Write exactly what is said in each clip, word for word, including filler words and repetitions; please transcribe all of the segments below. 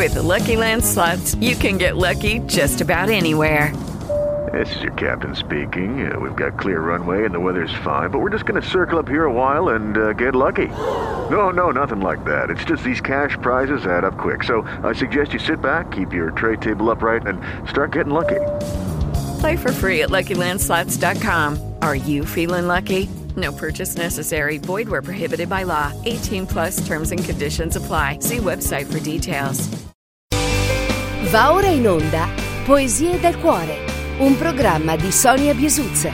With the Lucky Land Slots, you can get lucky just about anywhere. This is your captain speaking. Uh, we've got clear runway and the weather's fine, but we're just going to circle up here a while and uh, get lucky. No, no, nothing like that. It's just these cash prizes add up quick. So I suggest you sit back, keep your tray table upright, and start getting lucky. Play for free at Lucky Land Slots dot com. Are you feeling lucky? No purchase necessary. Void where prohibited by law. eighteen plus terms and conditions apply. See website for details. Va ora in onda Poesie dal cuore, un programma di Sonia Biesuzza.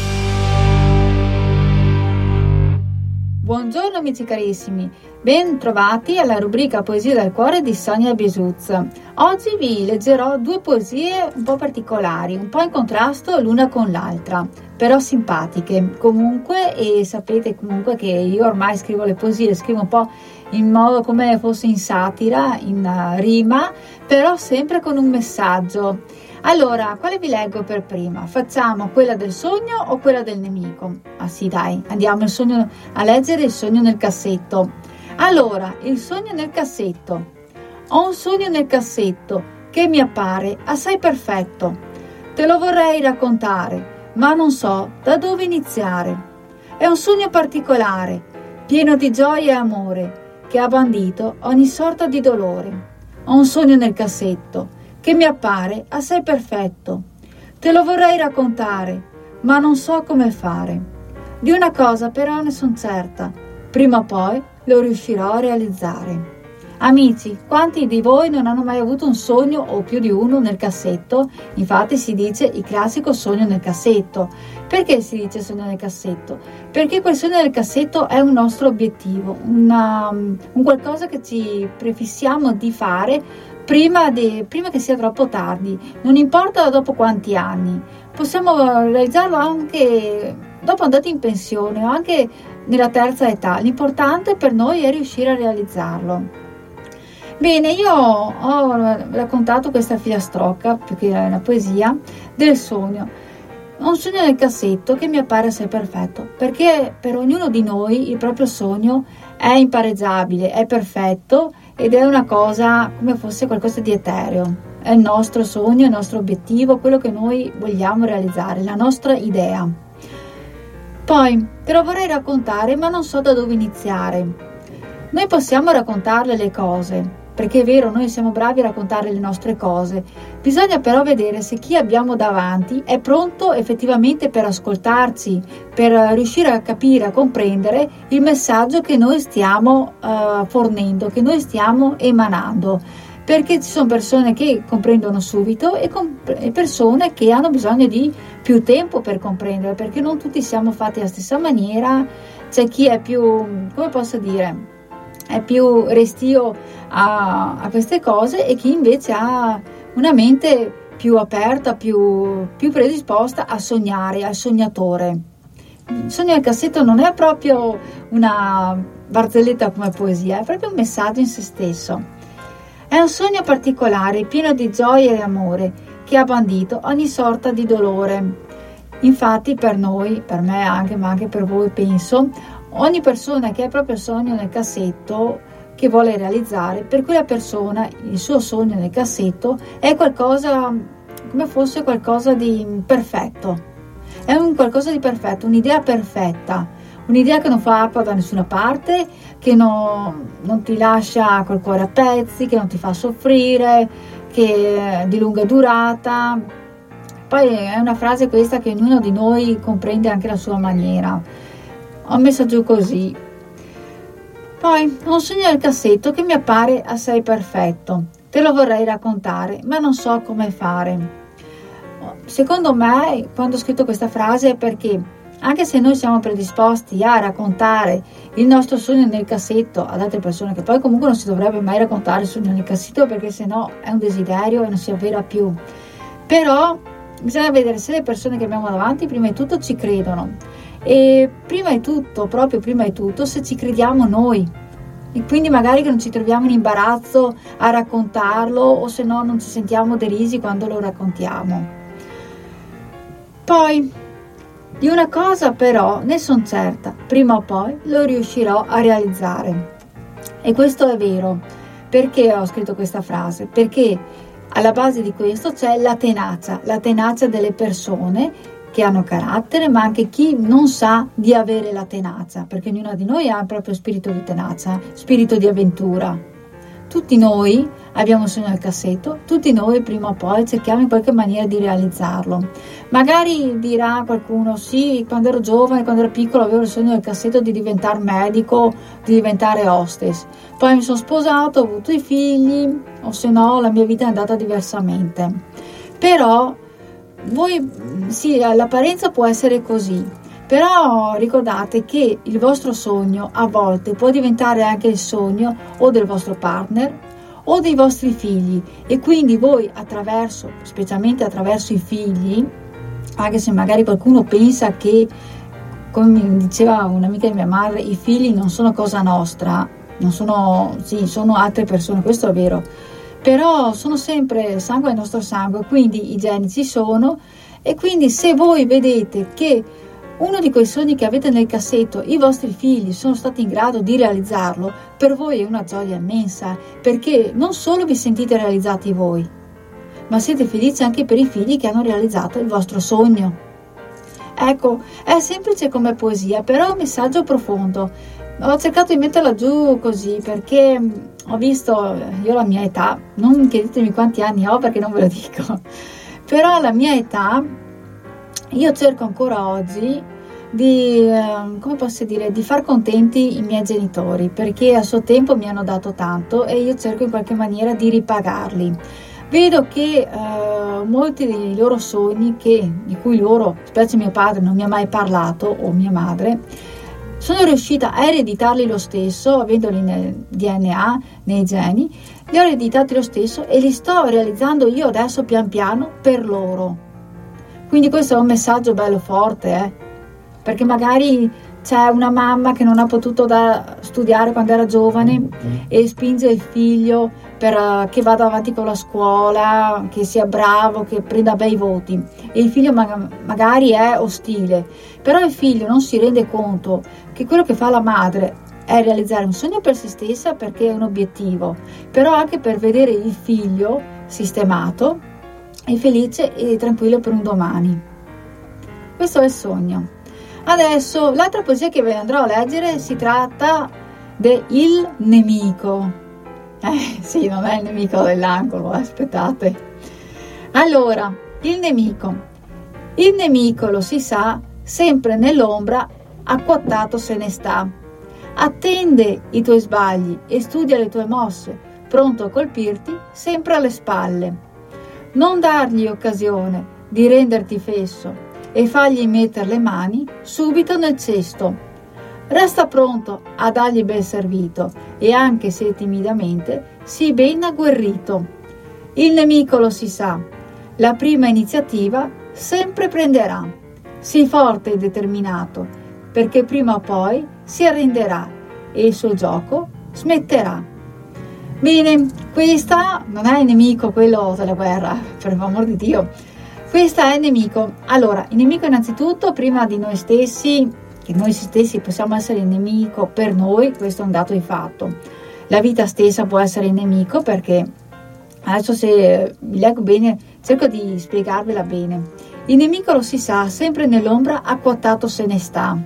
Buongiorno amici carissimi, ben trovati alla rubrica Poesie dal cuore di Sonia Biesuzza. Oggi vi leggerò due poesie un po' particolari, un po' in contrasto l'una con l'altra, però simpatiche comunque, e sapete comunque che io ormai scrivo le poesie, scrivo un po' in modo come fosse in satira, in rima, però sempre con un messaggio. Allora, quale vi leggo per prima? Facciamo quella del sogno o quella del nemico? Ah sì, dai, andiamo il sogno, a leggere il sogno nel cassetto. Allora, il sogno nel cassetto. Ho un sogno nel cassetto che mi appare assai perfetto. Te lo vorrei raccontare, ma non so da dove iniziare. È un sogno particolare, pieno di gioia e amore, che ha bandito ogni sorta di dolore. Ho un sogno nel cassetto che mi appare assai perfetto. Te lo vorrei raccontare, ma non so come fare. Di una cosa però ne son certa, prima o poi lo riuscirò a realizzare. Amici, quanti di voi non hanno mai avuto un sogno o più di uno nel cassetto? Infatti si dice il classico sogno nel cassetto. Perché si dice sogno nel cassetto? Perché quel sogno nel cassetto è un nostro obiettivo, una, un qualcosa che ci prefissiamo di fare prima, di, prima che sia troppo tardi. Non importa dopo quanti anni, possiamo realizzarlo anche dopo andati in pensione o anche nella terza età. L'importante per noi è riuscire a realizzarlo. Bene, io ho raccontato questa filastrocca, più che una poesia, del sogno. Ho un sogno nel cassetto che mi appare assai perfetto, perché per ognuno di noi il proprio sogno è impareggiabile, è perfetto ed è una cosa come fosse qualcosa di etereo. È il nostro sogno, il nostro obiettivo, quello che noi vogliamo realizzare, la nostra idea. Poi, te lo vorrei raccontare, ma non so da dove iniziare. Noi possiamo raccontarle le cose, perché è vero, noi siamo bravi a raccontare le nostre cose. Bisogna però vedere se chi abbiamo davanti è pronto effettivamente per ascoltarci, per riuscire a capire, a comprendere il messaggio che noi stiamo uh, fornendo, che noi stiamo emanando. Perché ci sono persone che comprendono subito e, comp- e persone che hanno bisogno di più tempo per comprendere, perché non tutti siamo fatti alla stessa maniera. C'è chi è più, come posso dire, è più restio a, a queste cose, e chi invece ha una mente più aperta, più, più predisposta a sognare, al sognatore. Il sogno nel cassetto non è proprio una barzelletta come poesia, è proprio un messaggio in se stesso. È un sogno particolare, pieno di gioia e amore, che ha bandito ogni sorta di dolore. Infatti per noi, per me anche, ma anche per voi penso, ogni persona che ha il proprio sogno nel cassetto che vuole realizzare, per quella persona il suo sogno nel cassetto è qualcosa come fosse qualcosa di perfetto. È un qualcosa di perfetto, un'idea perfetta, un'idea che non fa acqua da nessuna parte, che non, non ti lascia col cuore a pezzi, che non ti fa soffrire, che è di lunga durata. Poi è una frase questa che ognuno di noi comprende anche alla sua maniera. Ho messo giù così. Poi ho un sogno nel cassetto che mi appare assai perfetto. Te lo vorrei raccontare, ma non so come fare. Secondo me, quando ho scritto questa frase, è perché anche se noi siamo predisposti a raccontare il nostro sogno nel cassetto ad altre persone, che poi comunque non si dovrebbe mai raccontare il sogno nel cassetto, perché sennò è un desiderio e non si avvera più. Però bisogna vedere se le persone che abbiamo davanti prima di tutto ci credono, e prima di tutto, proprio prima di tutto, se ci crediamo noi, e quindi magari che non ci troviamo in imbarazzo a raccontarlo, o se no non ci sentiamo derisi quando lo raccontiamo. Poi di una cosa però ne son certa, prima o poi lo riuscirò a realizzare. E questo è vero, Perché ho scritto questa frase? Perché alla base di questo c'è la tenacia, la tenacia delle persone che hanno carattere, ma anche chi non sa di avere la tenacia, perché ognuno di noi ha il proprio spirito di tenacia, spirito di avventura. Tutti noi abbiamo un sogno nel cassetto, tutti noi prima o poi cerchiamo in qualche maniera di realizzarlo. Magari dirà qualcuno, sì, quando ero giovane, quando ero piccolo avevo il sogno nel cassetto di diventare medico, di diventare hostess. Poi mi sono sposato, ho avuto i figli, o se no la mia vita è andata diversamente. Però voi, sì, l'apparenza può essere così. Però ricordate che il vostro sogno a volte può diventare anche il sogno o del vostro partner o dei vostri figli, e quindi voi attraverso, specialmente attraverso i figli, anche se magari qualcuno pensa che, come mi diceva un'amica di mia madre, i figli non sono cosa nostra, non sono, sì, sono altre persone, questo è vero, però sono sempre sangue al nostro sangue, quindi i geni ci sono, e quindi se voi vedete che uno di quei sogni che avete nel cassetto, i vostri figli sono stati in grado di realizzarlo, per voi è una gioia immensa, perché non solo vi sentite realizzati voi, ma siete felici anche per i figli che hanno realizzato il vostro sogno. Ecco, è semplice come poesia, però è un messaggio profondo. Ho cercato di metterla giù così perché ho visto, io la mia età, non chiedetemi quanti anni ho perché non ve lo dico, però la mia età, io cerco ancora oggi di, eh, come posso dire, di far contenti i miei genitori, perché a suo tempo mi hanno dato tanto e io cerco in qualche maniera di ripagarli. Vedo che eh, molti dei loro sogni, che, di cui loro, specie mio padre, non mi ha mai parlato, o mia madre, sono riuscita a ereditarli lo stesso, avendoli nel D N A, nei geni, li ho ereditati lo stesso e li sto realizzando io adesso pian piano per loro. Quindi questo è un messaggio bello forte, eh? Perché magari c'è una mamma che non ha potuto da studiare quando era giovane e spinge il figlio per uh, che vada avanti con la scuola, che sia bravo, che prenda bei voti, e il figlio ma- magari è ostile, però il figlio non si rende conto che quello che fa la madre è realizzare un sogno per se stessa, perché è un obiettivo, però anche per vedere il figlio sistemato e felice e tranquillo per un domani. Questo è il sogno. Adesso l'altra poesia che ve ne andrò a leggere si tratta de Il nemico. Eh sì, non è il nemico dell'angolo, aspettate. Allora, il nemico. Il nemico, lo si sa, sempre nell'ombra, acquattato se ne sta. Attende i tuoi sbagli e studia le tue mosse, pronto a colpirti sempre alle spalle. Non dargli occasione di renderti fesso e fagli mettere le mani subito nel cesto. Resta pronto a dargli bel servito e anche se timidamente sii ben agguerrito. Il nemico, lo si sa, la prima iniziativa sempre prenderà. Sii forte e determinato, perché prima o poi si arrenderà e il suo gioco smetterà. Bene, questa non è il nemico quello della guerra, per l'amor di Dio. Questa è il nemico. Allora, il nemico innanzitutto, prima di noi stessi, che noi stessi possiamo essere il nemico per noi, questo è un dato di fatto. La vita stessa può essere il nemico, perché, adesso se vi leggo bene, cerco di spiegarvela bene. Il nemico, lo si sa, sempre nell'ombra acquattato se ne sta.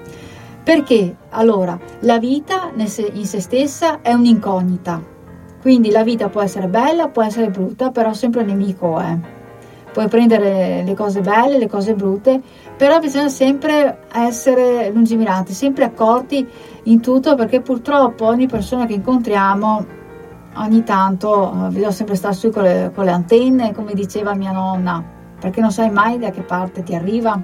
Perché? Allora, la vita in se stessa è un'incognita. Quindi la vita può essere bella, può essere brutta, però sempre il nemico è. Puoi prendere le cose belle, le cose brutte, però bisogna sempre essere lungimiranti, sempre accorti in tutto, perché purtroppo ogni persona che incontriamo, ogni tanto eh, bisogna sempre stare su con le, con le antenne, come diceva mia nonna, perché non sai mai da che parte ti arriva.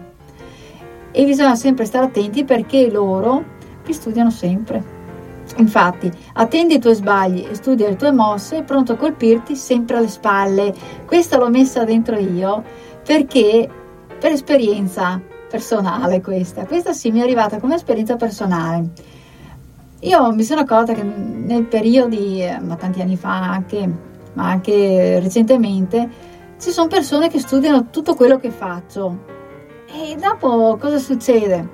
E bisogna sempre stare attenti, perché loro vi studiano sempre. Infatti, attendi i tuoi sbagli e studia le tue mosse, pronto a colpirti sempre alle spalle. Questa l'ho messa dentro io perché, per esperienza personale, questa questa sì mi è arrivata come esperienza personale. Io mi sono accorta che nel periodo, ma tanti anni fa anche, ma anche recentemente, ci sono persone che studiano tutto quello che faccio, e dopo cosa succede?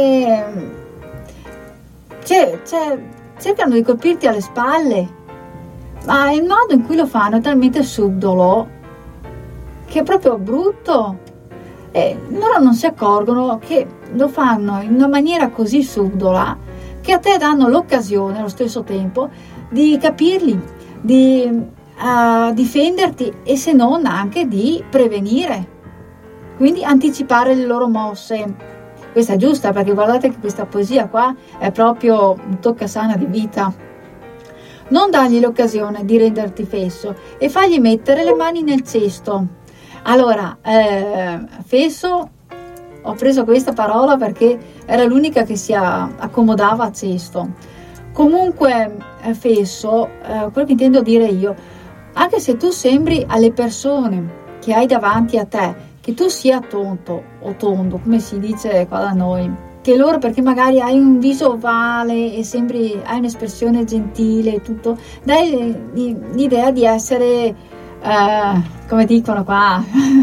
Che C'è, c'è, cercano di colpirti alle spalle, ma il modo in cui lo fanno è talmente subdolo che è proprio brutto, e loro non si accorgono che lo fanno in una maniera così subdola che a te danno l'occasione allo stesso tempo di capirli, di uh, difenderti e se non anche di prevenire, quindi anticipare le loro mosse. Questa è giusta, perché guardate che questa poesia qua è proprio un toccasana di vita. Non dargli l'occasione di renderti fesso e fagli mettere le mani nel cesto. Allora, eh, fesso, ho preso questa parola perché era l'unica che si accomodava a cesto. Comunque, eh, fesso, eh, quello che intendo dire io, anche se tu sembri alle persone che hai davanti a te che tu sia tonto o tondo, come si dice qua da noi, che loro, perché magari hai un viso ovale e sembri, hai un'espressione gentile e tutto, dai l'idea di essere, eh, come dicono qua,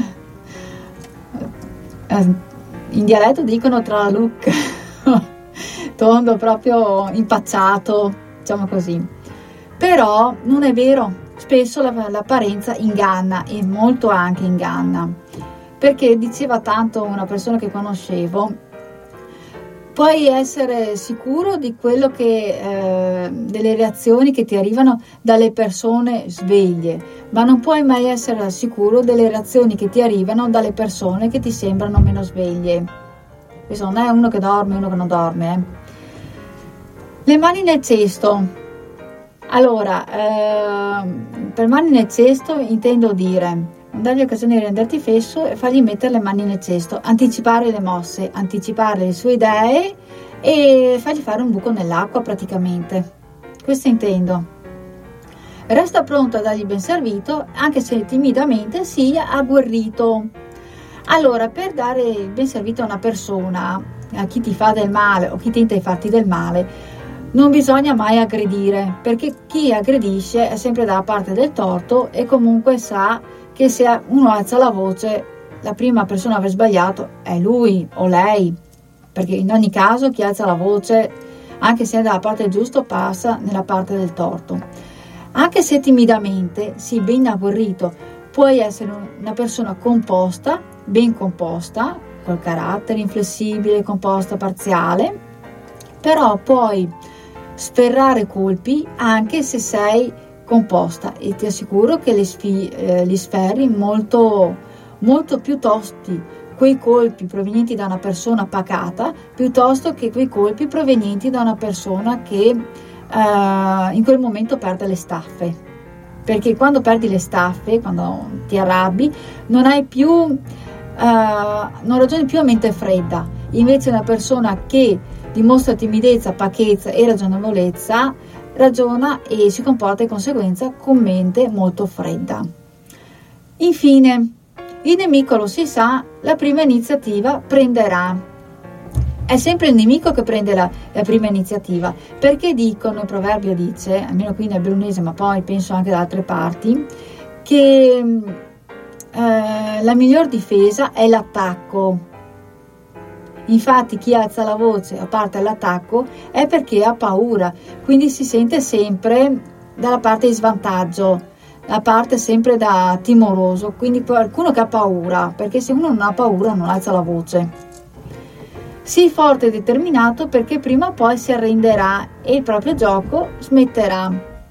in dialetto dicono tra la look, tondo, proprio impacciato, diciamo così. Però non è vero, spesso l'apparenza inganna, e molto anche inganna. Perché diceva tanto una persona che conoscevo, puoi essere sicuro di quello che eh, delle reazioni che ti arrivano dalle persone sveglie, ma non puoi mai essere sicuro delle reazioni che ti arrivano dalle persone che ti sembrano meno sveglie. Questo non è uno che dorme e uno che non dorme. Eh. Le mani nel cesto. Allora, eh, per mani nel cesto intendo dire dargli occasione di renderti fesso e fargli mettere le mani nel cesto, anticipare le mosse, anticipare le sue idee e fargli fare un buco nell'acqua praticamente. Questo intendo. Resta pronto a dargli ben servito, anche se timidamente sia agguerrito. Allora, per dare il ben servito a una persona, a chi ti fa del male o chi tenta di farti del male, non bisogna mai aggredire, perché chi aggredisce è sempre dalla parte del torto e comunque sa che se uno alza la voce, la prima persona a aver sbagliato è lui o lei, perché in ogni caso chi alza la voce, anche se è dalla parte giusta, passa nella parte del torto. Anche se timidamente, sì, ben agguerrito, puoi essere una persona composta, ben composta, col carattere inflessibile, composta, parziale, però puoi sferrare colpi anche se sei composta, e ti assicuro che li, sfi- eh, li sferri molto, molto più tosti quei colpi provenienti da una persona pacata piuttosto che quei colpi provenienti da una persona che eh, in quel momento perde le staffe, perché quando perdi le staffe, quando ti arrabbi, non hai più eh, non ragioni più a mente fredda. Invece una persona che dimostra timidezza, pachezza e ragionevolezza ragiona e si comporta di conseguenza con mente molto fredda. Infine, il nemico lo si sa, la prima iniziativa prenderà. È sempre il nemico che prende la, la prima iniziativa, perché dicono, il proverbio dice, almeno qui nel Bellunese, ma poi penso anche da altre parti, che eh, la miglior difesa è l'attacco. Infatti chi alza la voce a parte l'attacco è perché ha paura, quindi si sente sempre dalla parte di svantaggio, la parte sempre da timoroso, quindi qualcuno che ha paura, perché se uno non ha paura non alza la voce. Sii forte e determinato, perché prima o poi si arrenderà e il proprio gioco smetterà.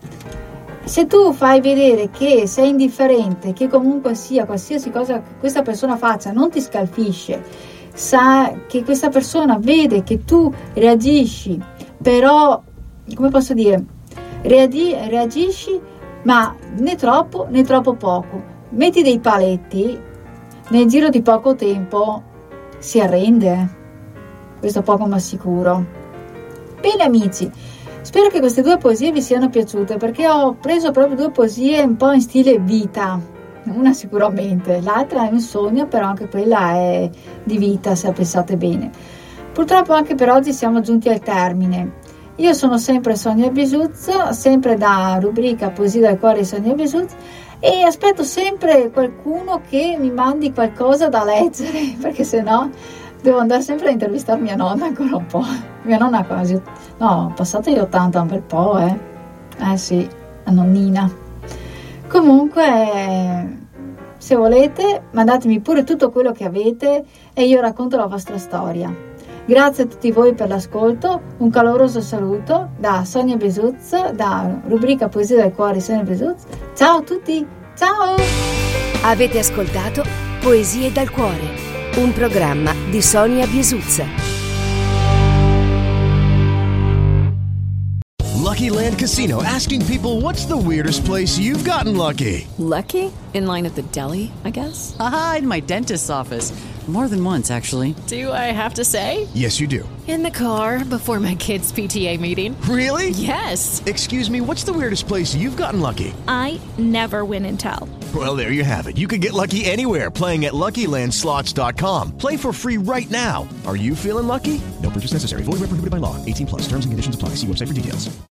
Se tu fai vedere che sei indifferente, che comunque sia qualsiasi cosa che questa persona faccia non ti scalfisce, sa che questa persona vede che tu reagisci, però, come posso dire, reagi- reagisci ma né troppo né troppo poco, metti dei paletti, nel giro di poco tempo si arrende, questo poco ma sicuro. Bene amici, spero che queste due poesie vi siano piaciute, perché ho preso proprio due poesie un po' in stile vita. Una sicuramente, l'altra è un sogno, però anche quella è di vita, se pensate bene. Purtroppo anche per oggi siamo giunti al termine. Io sono sempre Sonia Bisuzzo, sempre da rubrica Poesie dal cuore di Sonia Bisuzzo, e aspetto sempre qualcuno che mi mandi qualcosa da leggere, perché se no devo andare sempre a intervistare mia nonna ancora un po'. Mia nonna quasi, no, passate gli ottanta un bel po', eh. Eh sì, la nonnina. Comunque, se volete, mandatemi pure tutto quello che avete e io racconto la vostra storia. Grazie a tutti voi per l'ascolto, un caloroso saluto da Sonia Besuz, da rubrica Poesia del Cuore Sonia Besuz. Ciao a tutti, ciao! Avete ascoltato Poesie dal Cuore, un programma di Sonia Besuz. Lucky Land Casino, asking people, what's the weirdest place you've gotten lucky? Lucky? In line at the deli, I guess? Aha, in my dentist's office. More than once, actually. Do I have to say? Yes, you do. In the car before my kids' P T A meeting. Really? Yes. Excuse me, what's the weirdest place you've gotten lucky? I never win and tell. Well, there you have it. You can get lucky anywhere, playing at Lucky Land Slots dot com. Play for free right now. Are you feeling lucky? No purchase necessary. Void where prohibited by law. eighteen plus. Terms and conditions apply. See website for details.